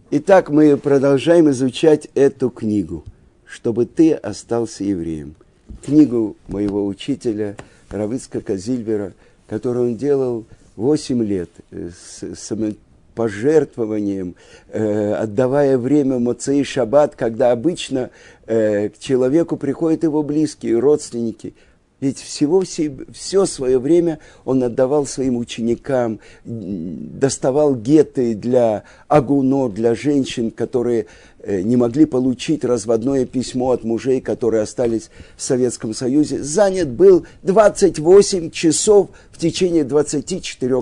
Итак, мы продолжаем изучать эту книгу, чтобы ты остался евреем. Книгу моего учителя Рав Ицхака Зильбера, которую он делал 8 лет с самопожертвованием, отдавая время Моцей Шаббат, когда обычно к человеку приходят его близкие, родственники. Ведь все свое время он отдавал своим ученикам, доставал геты для агуно, для женщин, которые не могли получить разводное письмо от мужей, которые остались в Советском Союзе. Занят был 28 часов в течение 24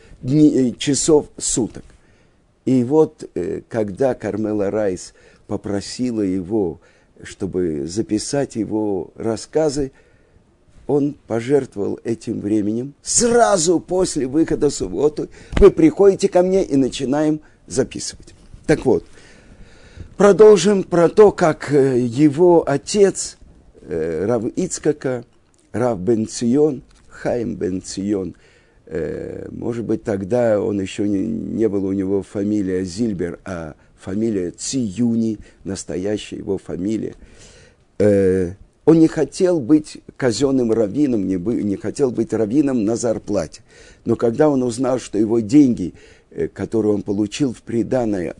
часов суток. И вот, когда Кармела Райс попросила его, чтобы записать его рассказы, он пожертвовал этим временем. Сразу после выхода субботы вы приходите ко мне и начинаем записывать. Так вот, продолжим про то, как его отец, Рав Ицхака, Рав Бен Цион, Хаим Бен Цион, может быть, тогда он еще не был у него фамилия Зильбер, а фамилия Циюни, настоящая его фамилия. Он не хотел быть казенным раввином, не хотел быть раввином на зарплате. Но когда он узнал, что его деньги, которые он получил в приданое,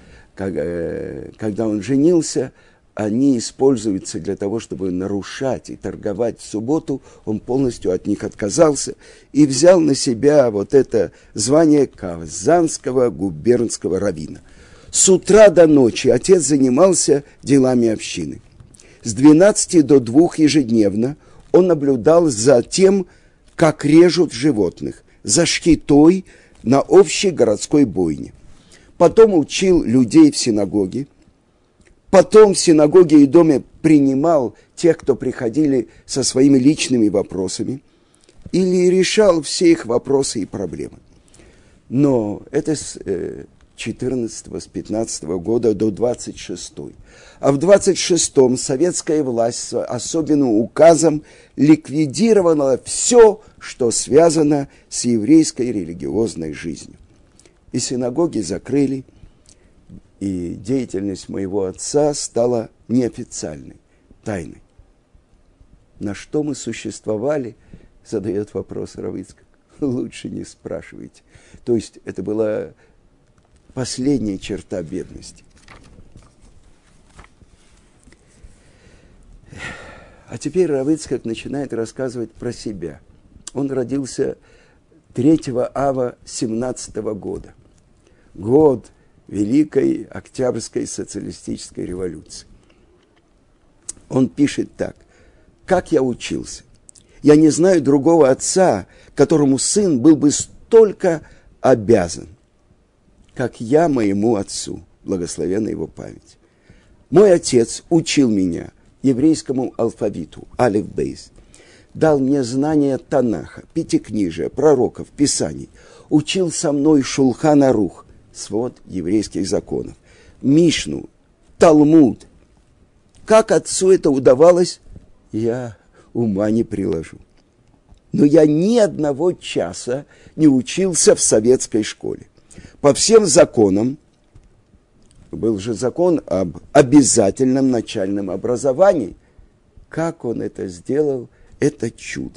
когда он женился, они используются для того, чтобы нарушать и торговать в субботу, он полностью от них отказался и взял на себя вот это звание казанского губернского раввина. С утра до ночи отец занимался делами общины. С 12 до 2 ежедневно он наблюдал за тем, как режут животных, за шхитой на общей городской бойне. Потом учил людей в синагоге. Потом в синагоге и доме принимал тех, кто приходили со своими личными вопросами, или решал все их вопросы и проблемы. Но это с 15 года до 26-й. А в 26-м советская власть особенным указом ликвидировала все, что связано с еврейской религиозной жизнью. И синагоги закрыли, и деятельность моего отца стала неофициальной, тайной. На что мы существовали, задает вопрос Рав Ицхак. Лучше не спрашивайте. То есть это была последняя черта бедности. А теперь Рав Ицхак начинает рассказывать про себя. Он родился 3 ава 17 года. Год Великой Октябрьской социалистической революции. Он пишет так. «Как я учился? Я не знаю другого отца, которому сын был бы столько обязан, как я моему отцу, благословенна его память. Мой отец учил меня еврейскому алфавиту, алеф бейс, дал мне знания Танаха, пятикнижия, пророков, писаний, учил со мной Шулхан Арух, свод еврейских законов, Мишну, Талмуд. Как отцу это удавалось, я ума не приложу. Но я ни одного часа не учился в советской школе. По всем законам, был же закон об обязательном начальном образовании. Как он это сделал, это чудо.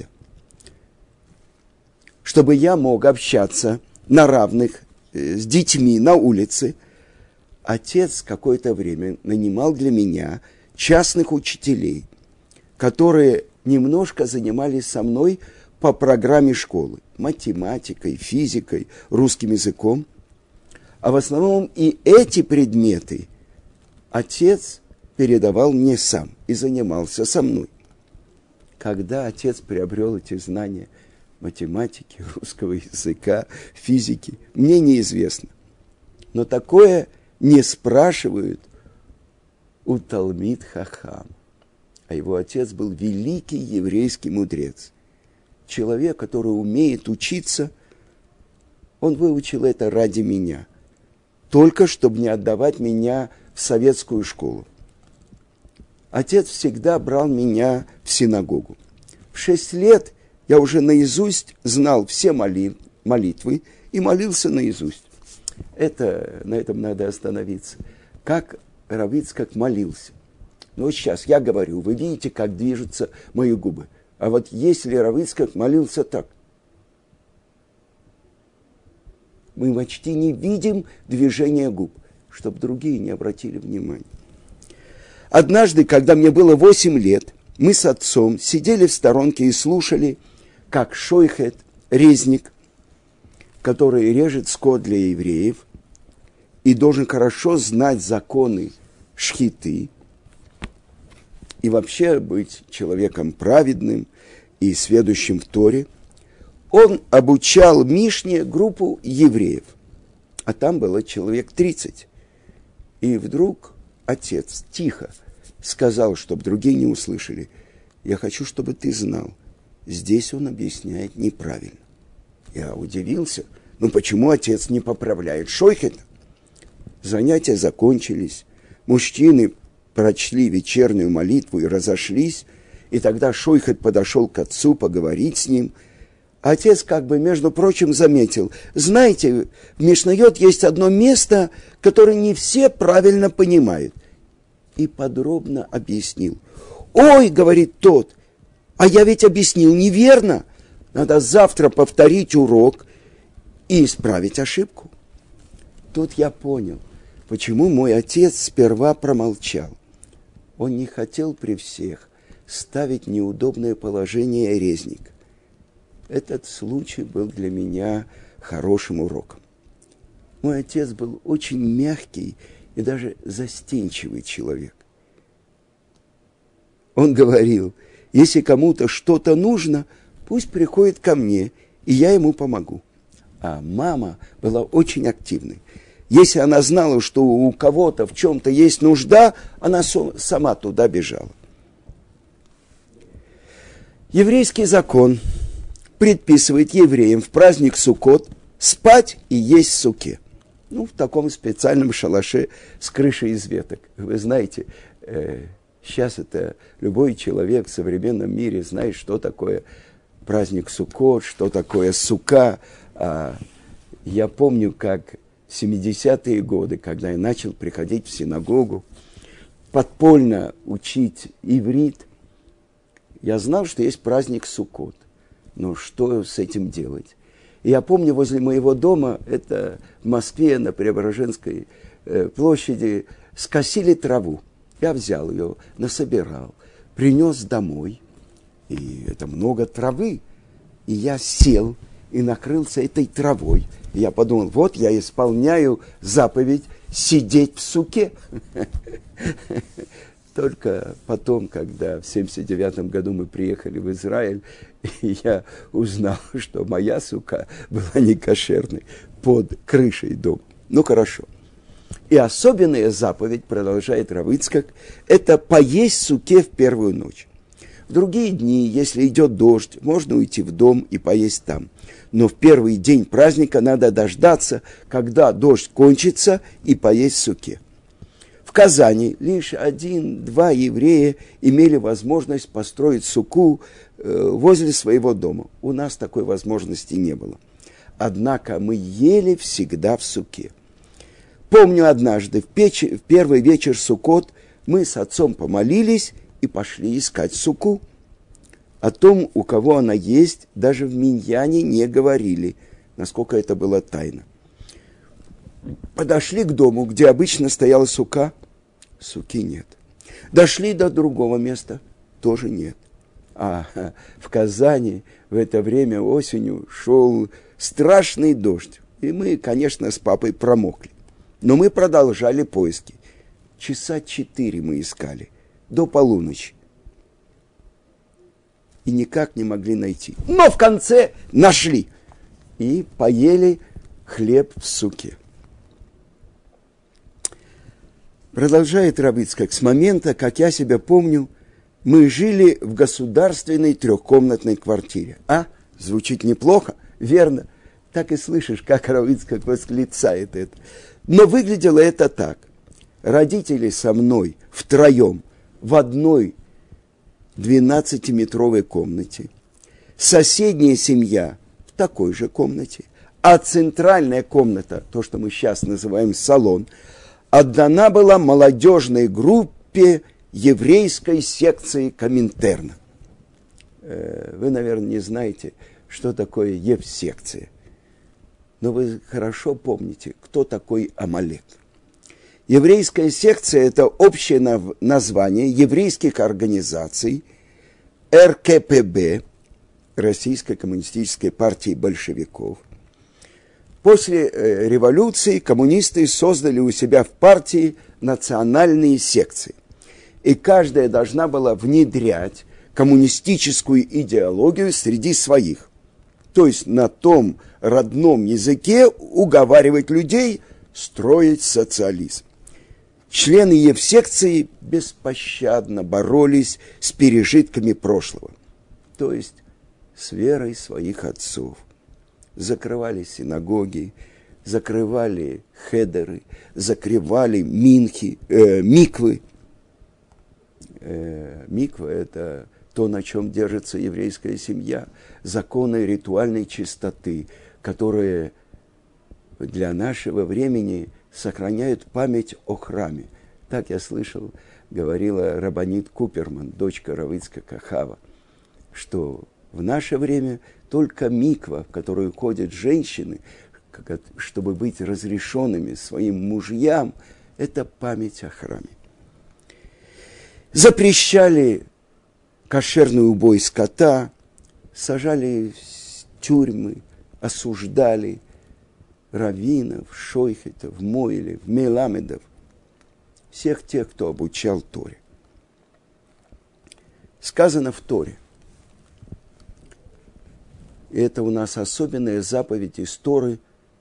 Чтобы я мог общаться на равных с детьми на улице, отец какое-то время нанимал для меня частных учителей, которые немножко занимались со мной по программе школы, математикой, физикой, русским языком. А в основном и эти предметы отец передавал мне сам и занимался со мной. Когда отец приобрел эти знания математики, русского языка, физики, мне неизвестно. Но такое не спрашивают у Талмид Хахам. А его отец был великий еврейский мудрец. Человек, который умеет учиться, он выучил это ради меня. Только чтобы не отдавать меня в советскую школу. Отец всегда брал меня в синагогу. В 6 лет я уже наизусть знал все молитвы и молился наизусть. На этом надо остановиться. Как Рав Ицхак молился. Ну вот сейчас я говорю, вы видите, как движутся мои губы. А вот если Рав Ицхак молился так, мы почти не видим движения губ, чтобы другие не обратили внимания. Однажды, когда мне было 8 лет, мы с отцом сидели в сторонке и слушали, как шойхет, резник, который режет скот для евреев и должен хорошо знать законы шхиты и вообще быть человеком праведным и сведущим в Торе, он обучал Мишне группу евреев, а там было человек 30. И вдруг отец тихо сказал, чтобы другие не услышали: я хочу, чтобы ты знал, здесь он объясняет неправильно. Я удивился, почему отец не поправляет шойхета? Занятия закончились, мужчины прочли вечернюю молитву и разошлись, и тогда шойхет подошел к отцу поговорить с ним. Отец, между прочим, заметил: знаете, в Мишнайот есть одно место, которое не все правильно понимают. И подробно объяснил. Ой, говорит тот, а я ведь объяснил неверно. Надо завтра повторить урок и исправить ошибку. Тут я понял, почему мой отец сперва промолчал. Он не хотел при всех ставить неудобное положение резника. Этот случай был для меня хорошим уроком. Мой отец был очень мягкий и даже застенчивый человек. Он говорил: если кому-то что-то нужно, пусть приходит ко мне, и я ему помогу. А мама была очень активной. Если она знала, что у кого-то в чем-то есть нужда, она сама туда бежала. Еврейский закон предписывает евреям в праздник Суккот спать и есть в суке. В таком специальном шалаше с крышей из веток. Вы знаете, сейчас это любой человек в современном мире знает, что такое праздник Суккот, что такое сука. Я помню, как в 70-е годы, когда я начал приходить в синагогу, подпольно учить иврит, я знал, что есть праздник Суккот. Но что с этим делать? И я помню, возле моего дома, это в Москве, на Преображенской площади, скосили траву. Я взял ее, насобирал, принес домой. И это много травы. И я сел и накрылся этой травой. И я подумал, вот я исполняю заповедь сидеть в суке. Только потом, когда в 1979 году мы приехали в Израиль, я узнал, что моя сука была не кошерной под крышей дома. Хорошо. И особенная заповедь, продолжает Рав Ицхак, это поесть в суке в первую ночь. В другие дни, если идет дождь, можно уйти в дом и поесть там. Но в первый день праздника надо дождаться, когда дождь кончится, и поесть в суке. В Казани лишь 1-2 еврея имели возможность построить суку возле своего дома. У нас такой возможности не было. Однако мы ели всегда в суке. Помню, однажды в первый вечер Суккот мы с отцом помолились и пошли искать суку. О том, у кого она есть, даже в миньяне не говорили, насколько это было тайна. Подошли к дому, где обычно стояла сука. Суки нет. Дошли до другого места. Тоже нет. А в Казани в это время осенью шел страшный дождь. И мы, конечно, с папой промокли. Но мы продолжали поиски. 4 часа мы искали. До полуночи. И никак не могли найти. Но в конце нашли. И поели хлеб в суке. Продолжает Рав Ицхак: с момента, как я себя помню, мы жили в государственной 3-комнатной квартире. Звучит неплохо? Верно. Так и слышишь, как Рав Ицхак восклицает это. Но выглядело это так. Родители со мной втроем в одной 12-метровой комнате. Соседняя семья в такой же комнате. А центральная комната, то, что мы сейчас называем салон, отдана была молодежной группе еврейской секции Коминтерна. Вы, наверное, не знаете, что такое евсекция. Но вы хорошо помните, кто такой Амалек. Еврейская секция – это общее название еврейских организаций РКПБ, Российской коммунистической партии большевиков. После революции коммунисты создали у себя в партии национальные секции. И каждая должна была внедрять коммунистическую идеологию среди своих. То есть на том родном языке уговаривать людей строить социализм. Члены евсекции беспощадно боролись с пережитками прошлого, то есть с верой своих отцов. Закрывали синагоги, закрывали хедеры, закрывали миквы. Миква – это то, на чем держится еврейская семья, законы ритуальной чистоты, которые для нашего времени сохраняют память о храме. Так я слышал, говорила рабанит Куперман, дочка раввина Ицхака Хава, что в наше время только миква, в которую ходят женщины, чтобы быть разрешенными своим мужьям, это память о храме. Запрещали кошерный убой скота, сажали в тюрьмы, осуждали раввинов, шойхетов, моилев, меламедов, всех тех, кто обучал Торе. Сказано в Торе, и это у нас особенная заповедь из Торы,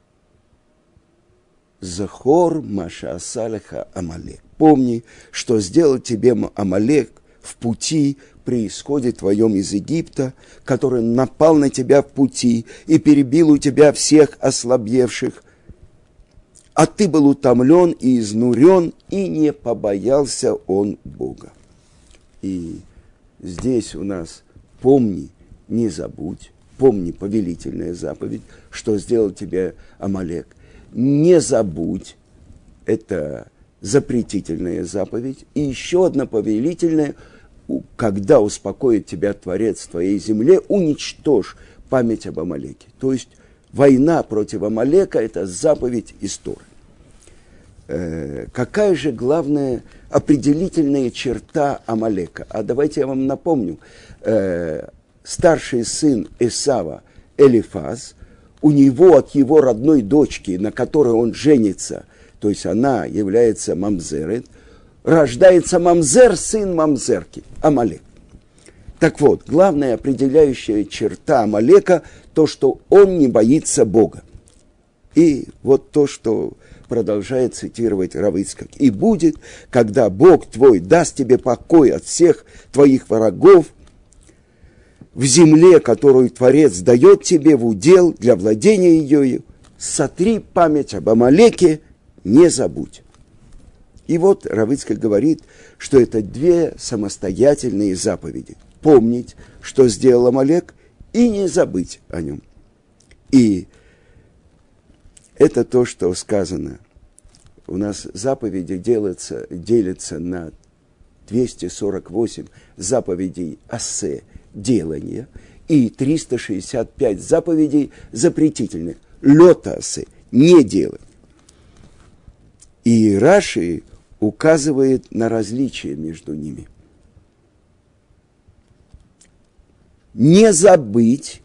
«Захор маша асалеха Амалек». Помни, что сделал тебе Амалек в пути при исходе твоем из Египта, который напал на тебя в пути и перебил у тебя всех ослабевших. А ты был утомлен и изнурен, и не побоялся он Бога. И здесь у нас помни, не забудь, помни повелительная заповедь, что сделал тебе Амалек. Не забудь, это запретительная заповедь. И еще одна повелительная, когда успокоит тебя Творец в твоей земле, уничтожь память об Амалеке. То есть война против Амалека – это заповедь из Торы. Какая же главная определительная черта Амалека? А давайте я вам напомню. Старший сын Эсава Элифаз, у него от его родной дочки, на которой он женится, то есть она является мамзерет, рождается мамзер, сын мамзерки, Амалек. Так вот, главная определяющая черта Амалека – то, что он не боится Бога. И вот то, что продолжает цитировать рав Ицхак. «И будет, когда Бог твой даст тебе покой от всех твоих врагов, в земле, которую Творец дает тебе в удел для владения ею, сотри память об Амалеке, не забудь». И вот рав Ицхак говорит, что это две самостоятельные заповеди. Помнить, что сделал Амалек, и не забыть о нем. И это то, что сказано. У нас заповеди делятся на 248 заповедей асе, делания, и 365 заповедей запретительных, лёта асе, не делать. И Раши указывает на различия между ними. Не забыть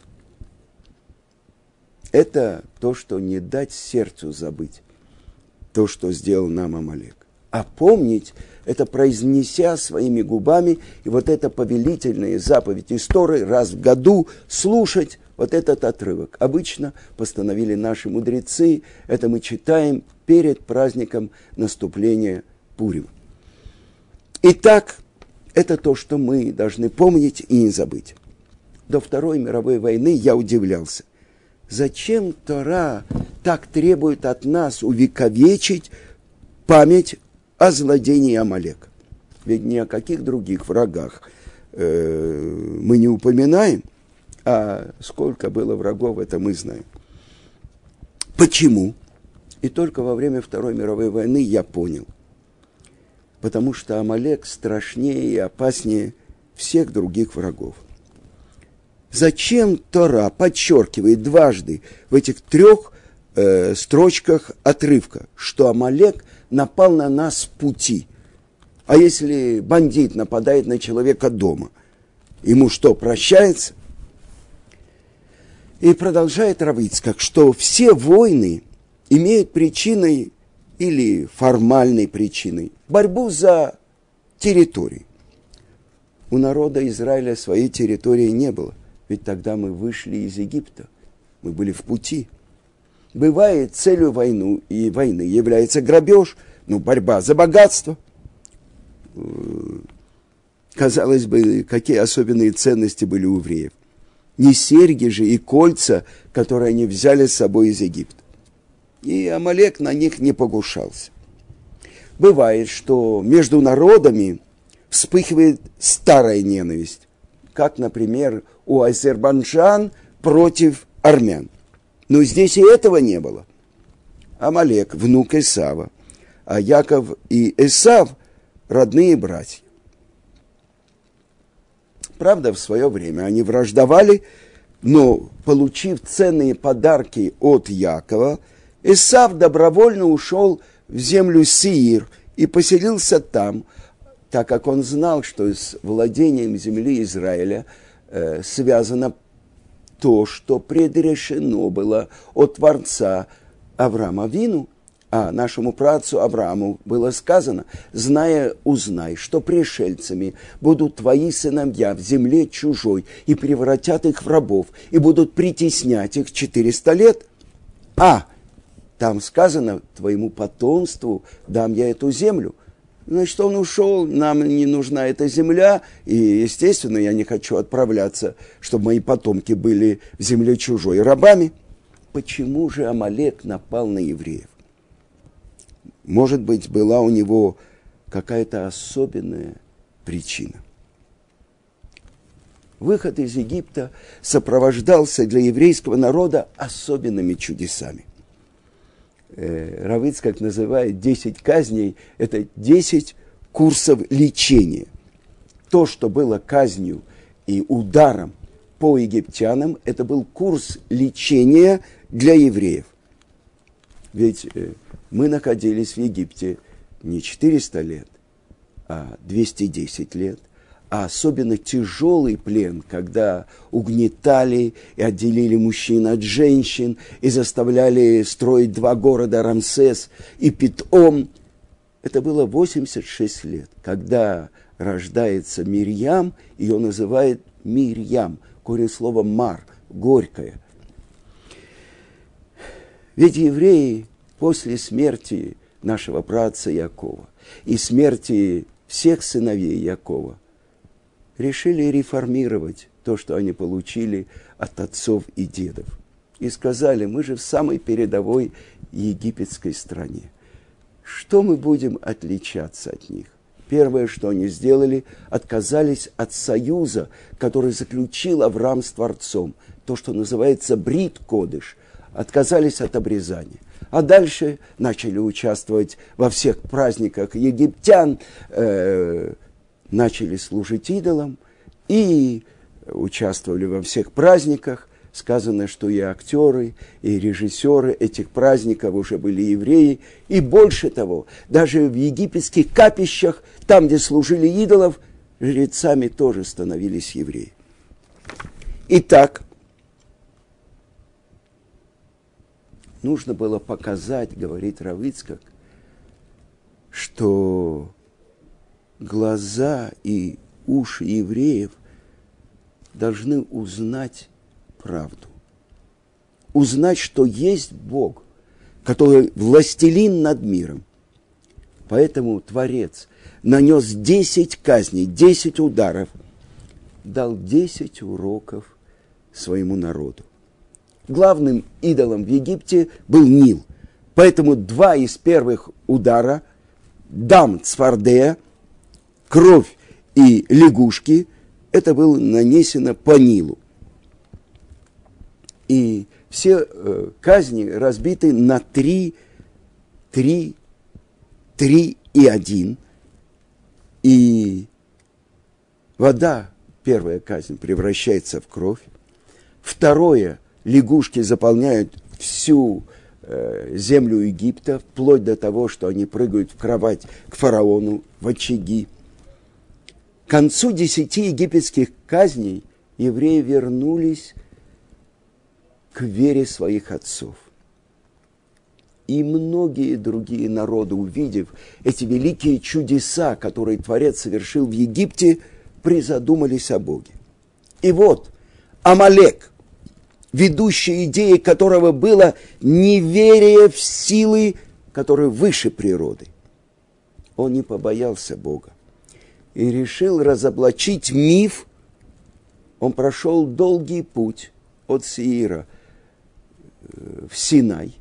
– это то, что не дать сердцу забыть, то, что сделал нам Амалек. А помнить – это произнеся своими губами, и вот эта повелительная заповедь из Торы раз в году слушать вот этот отрывок. Обычно постановили наши мудрецы, это мы читаем перед праздником наступления Пурима. Итак, это то, что мы должны помнить и не забыть. До Второй мировой войны я удивлялся. Зачем Тора так требует от нас увековечить память о злодеянии Амалека? Ведь ни о каких других врагах мы не упоминаем, а сколько было врагов, это мы знаем. Почему? И только во время Второй мировой войны я понял. Потому что Амалек страшнее и опаснее всех других врагов. Зачем Тора подчеркивает дважды в этих 3 строчках отрывка, что Амалек напал на нас с пути? А если бандит нападает на человека дома, ему что, прощается? И продолжает Рав Ицхак, что все войны имеют причиной или формальной причиной борьбу за территорию. У народа Израиля своей территории не было, ведь тогда мы вышли из Египта, мы были в пути. Бывает, целью войны является грабеж, борьба за богатство. Казалось бы, какие особенные ценности были у евреев. Не серьги же и кольца, которые они взяли с собой из Египта. И Амалек на них не покушался. Бывает, что между народами вспыхивает старая ненависть, как, например, у Азербайджан против армян. Но здесь и этого не было. Амалек – внук Исава, а Яков и Исав – родные братья. Правда, в свое время они враждовали, но, получив ценные подарки от Якова, Исав добровольно ушел в землю Сеир и поселился там, так как он знал, что с владением земли Израиля связано то, что предрешено было от Творца Авраама Авину, а нашему працу Аврааму было сказано: узнай, что пришельцами будут твои сыновья в земле чужой и превратят их в рабов, и будут притеснять их 400 лет. Там сказано: твоему потомству дам я эту землю. Значит, он ушел, нам не нужна эта земля, и, естественно, я не хочу отправляться, чтобы мои потомки были в земле чужой рабами. Почему же Амалек напал на евреев? Может быть, была у него какая-то особенная причина. Выход из Египта сопровождался для еврейского народа особенными чудесами. Рав Ицхак называет 10 казней, это 10 курсов лечения. То, что было казнью и ударом по египтянам, это был курс лечения для евреев. Ведь мы находились в Египте не 400 лет, а 210 лет. А особенно тяжелый плен, когда угнетали и отделили мужчин от женщин, и заставляли строить 2 города, Рамсес и Питом. Это было 86 лет, когда рождается Мирьям, ее называют Мирьям, корень слова мар, горькая. Ведь евреи после смерти нашего праотца Якова и смерти всех сыновей Якова решили реформировать то, что они получили от отцов и дедов. И сказали: мы же в самой передовой египетской стране. Что мы будем отличаться от них? Первое, что они сделали, отказались от союза, который заключил Авраам с Творцом. То, что называется брит кодыш. Отказались от обрезания. А дальше начали участвовать во всех праздниках египтян, начали служить идолам и участвовали во всех праздниках. Сказано, что и актеры, и режиссеры этих праздников уже были евреи. И больше того, даже в египетских капищах, там, где служили идолов, жрецами тоже становились евреи. Итак, нужно было показать, говорит Рав Ицхак, что глаза и уши евреев должны узнать правду. Узнать, что есть Бог, который властелин над миром. Поэтому Творец нанес 10 казней, 10 ударов, дал 10 уроков своему народу. Главным идолом в Египте был Нил. Поэтому 2 из первых удара, дам цфардея, кровь и лягушки, это было нанесено по Нилу. И все казни разбиты на 3, 3, 3 и 1. И вода, первая казнь, превращается в кровь. Второе, лягушки заполняют всю землю Египта, вплоть до того, что они прыгают в кровать к фараону, в очаги. К концу 10 египетских казней евреи вернулись к вере своих отцов. И многие другие народы, увидев эти великие чудеса, которые Творец совершил в Египте, призадумались о Боге. И вот Амалек, ведущей идеей которого было неверие в силы, которые выше природы. Он не побоялся Бога и решил разоблачить миф. Он прошел долгий путь от Сеира в Синай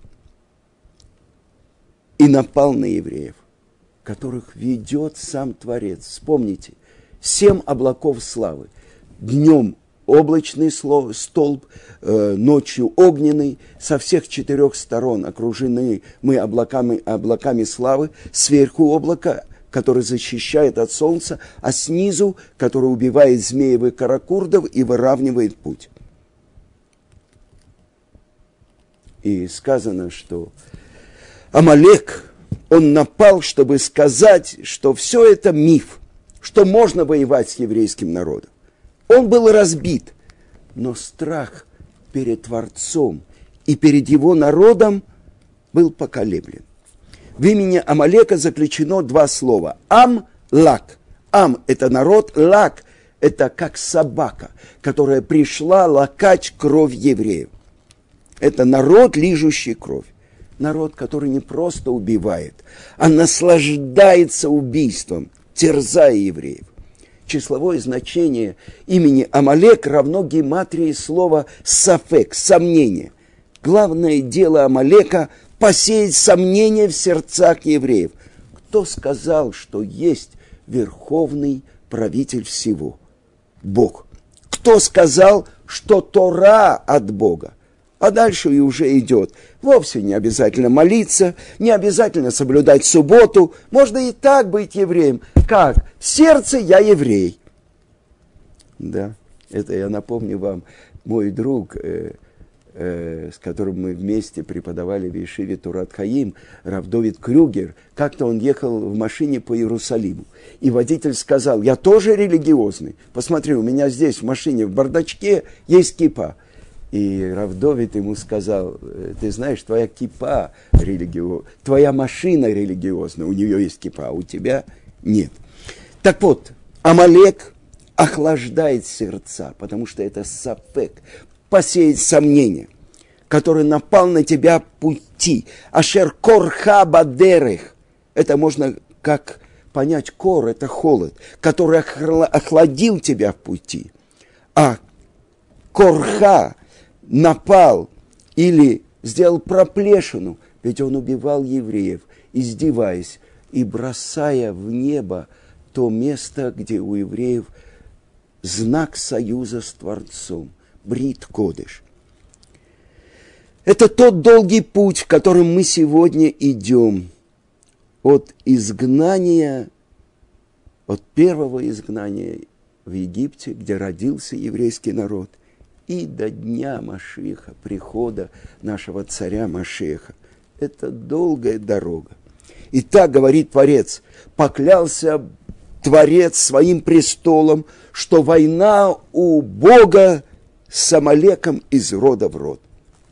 и напал на евреев, которых ведет сам Творец. Вспомните, 7 облаков славы. Днем облачный столб, ночью огненный, со всех 4 сторон окружены мы облаками славы, сверху облако, который защищает от солнца, а снизу, который убивает змеев и каракурдов и выравнивает путь. И сказано, что Амалек, он напал, чтобы сказать, что все это миф, что можно воевать с еврейским народом. Он был разбит, но страх перед Творцом и перед его народом был поколеблен. В имени Амалека заключено 2 слова. Ам-лак. Ам – это народ, лак – это как собака, которая пришла лакать кровь евреев. Это народ, лижущий кровь. Народ, который не просто убивает, а наслаждается убийством, терзая евреев. Числовое значение имени Амалек равно гематрии слова «сафек» – «сомнение». Главное дело Амалека – посеять сомнения в сердцах евреев. Кто сказал, что есть верховный правитель всего? Бог. Кто сказал, что Тора от Бога? А дальше и уже идет. Вовсе не обязательно молиться, не обязательно соблюдать субботу. Можно и так быть евреем. Как? В сердце я еврей. Да, это я напомню вам, мой друг, с которым мы вместе преподавали в Ешиве Турат Хаим, Рав Довид Крюгер, как-то он ехал в машине по Иерусалиму. И водитель сказал: я тоже религиозный. Посмотри, у меня здесь в машине в бардачке есть кипа. И Рав Довид ему сказал: ты знаешь, твоя кипа религиозная, твоя машина религиозная, у нее есть кипа, а у тебя нет. Так вот, Амалек охлаждает сердца, потому что это сафек, посеять сомнения, который напал на тебя пути. Ашер корха бадерех. Это можно как понять, кор – это холод, который охладил тебя в пути. А корха напал или сделал проплешину, ведь он убивал евреев, издеваясь и бросая в небо то место, где у евреев знак союза с Творцом. Брит Кодеш. Это тот долгий путь, в котором мы сегодня идем. От изгнания, от первого изгнания в Египте, где родился еврейский народ, и до дня Машиаха, прихода нашего царя Машиаха. Это долгая дорога. И так говорит Творец: поклялся Творец своим престолом, что война у Бога с Амалеком из рода в род.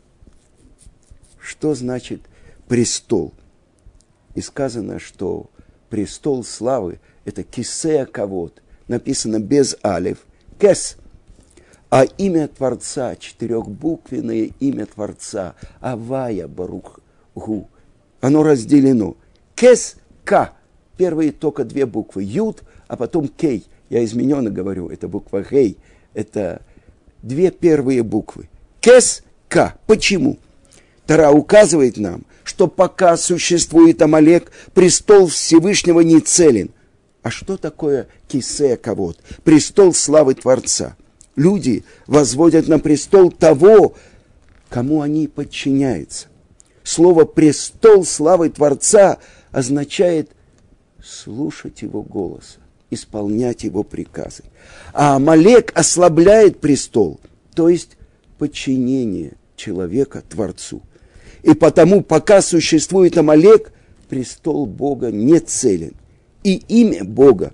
Что значит престол? И сказано, что престол славы – это кисея кавод, написано без алиф, кес. А имя Творца, 4-буквенное имя Творца, Авая Барух Гу, оно разделено. Кес, К, первые только 2 буквы, Юд, а потом Кей. Я измененно говорю, это буква Гей, это 2 первые буквы. Кес, К. Почему? Тора указывает нам, что пока существует Амалек, престол Всевышнего не целен. А что такое кисея кавод? Престол славы Творца. Люди возводят на престол того, кому они подчиняются. Слово «престол славы Творца» означает слушать его голоса, исполнять его приказы. А Амалек ослабляет престол, то есть подчинение человека Творцу. И потому, пока существует Амалек, престол Бога не целен. И имя Бога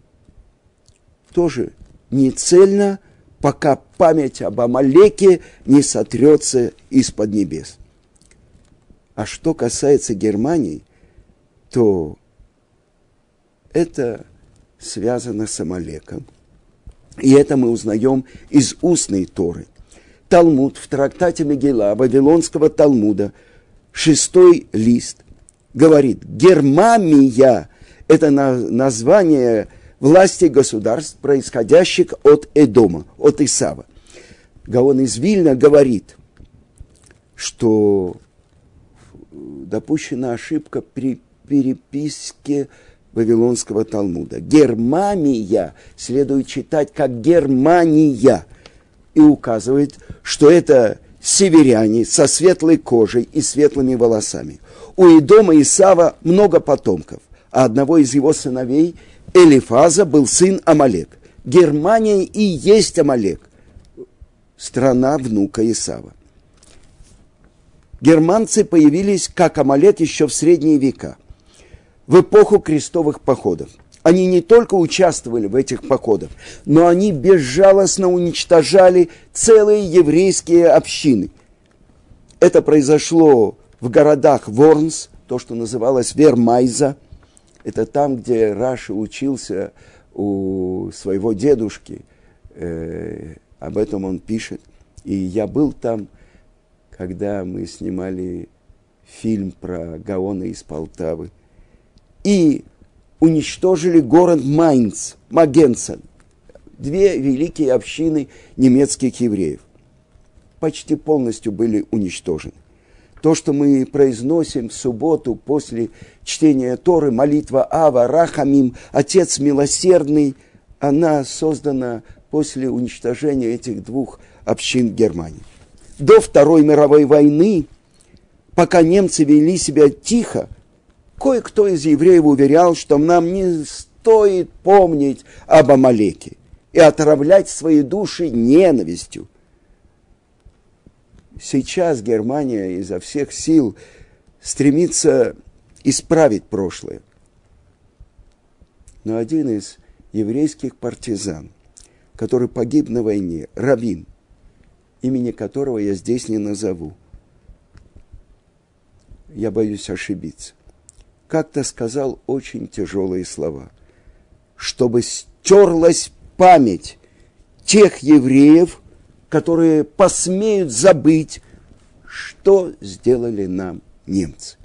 тоже не цельно, пока память об Амалеке не сотрется из-под небес. А что касается Германии, то это связано с Амалеком. И это мы узнаем из устной Торы. Талмуд в трактате Мегилла, Вавилонского Талмуда, 6 лист, говорит, Гермамия – это название власти государств, происходящих от Эдома, от Исава. Гаон из Вильна говорит, что допущена ошибка при переписке Вавилонского Талмуда. Германия следует читать как Германия. И указывает, что это северяне со светлой кожей и светлыми волосами. У Эдома Исава много потомков, а одного из его сыновей, Элифаза, был сын Амалек. Германия и есть Амалек, страна внука Исава. Германцы появились как Амалек еще в средние века, в эпоху крестовых походов. Они не только участвовали в этих походах, но они безжалостно уничтожали целые еврейские общины. Это произошло в городах Ворнс, то, что называлось Вермайза. Это там, где Раши учился у своего дедушки. Об этом он пишет. И я был там, когда мы снимали фильм про Гаона из Полтавы. И уничтожили город Майнц, Магенцен, 2 великие общины немецких евреев. Почти полностью были уничтожены. То, что мы произносим в субботу после чтения Торы, молитва Ава, Рахамим, Отец милосердный, она создана после уничтожения этих 2 общин Германии. До Второй мировой войны, пока немцы вели себя тихо, кое-кто из евреев уверял, что нам не стоит помнить об Амалеке и отравлять свои души ненавистью. Сейчас Германия изо всех сил стремится исправить прошлое. Но один из еврейских партизан, который погиб на войне, раввин, имени которого я здесь не назову, я боюсь ошибиться, как-то сказал очень тяжелые слова, чтобы стерлась память тех евреев, которые посмеют забыть, что сделали нам немцы.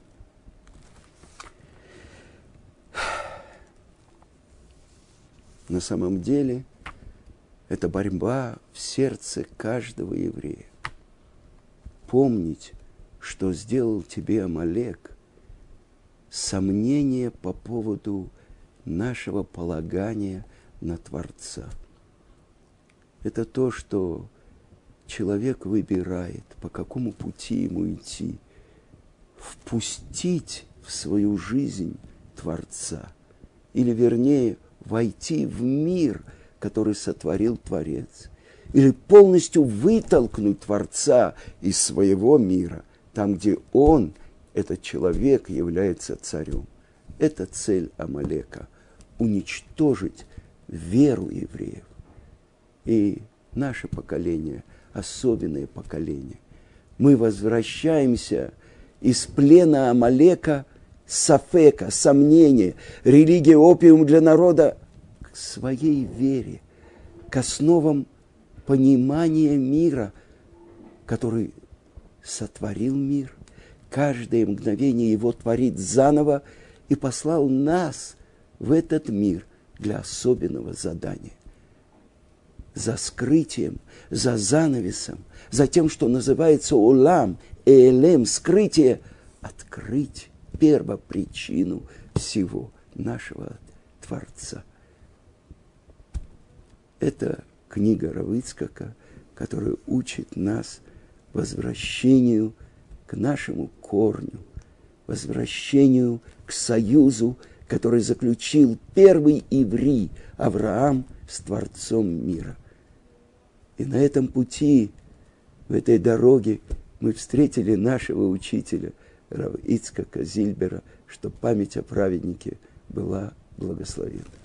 На самом деле, это борьба в сердце каждого еврея. Помнить, что сделал тебе Амалек, сомнение по поводу нашего полагания на Творца. Это то, что человек выбирает, по какому пути ему идти. Впустить в свою жизнь Творца. Или, вернее, войти в мир, который сотворил Творец. Или полностью вытолкнуть Творца из своего мира, там, где он, этот человек, является царем. Это цель Амалека – уничтожить веру евреев. И наше поколение, особенное поколение, мы возвращаемся из плена Амалека, сафека, сомнения, религия опиум для народа, к своей вере, к основам понимания мира, который сотворил мир, каждое мгновение его творит заново и послал нас в этот мир для особенного задания. За скрытием, за занавесом, за тем, что называется улам, элем, скрытие, открыть первопричину всего нашего Творца. Это книга Рав Ицхака, которая учит нас возвращению к нашему корню, возвращению к союзу, который заключил первый еврей Авраам с Творцом мира. И на этом пути, в этой дороге, мы встретили нашего учителя рав Ицхака Зильбера, что память о праведнике была благословена.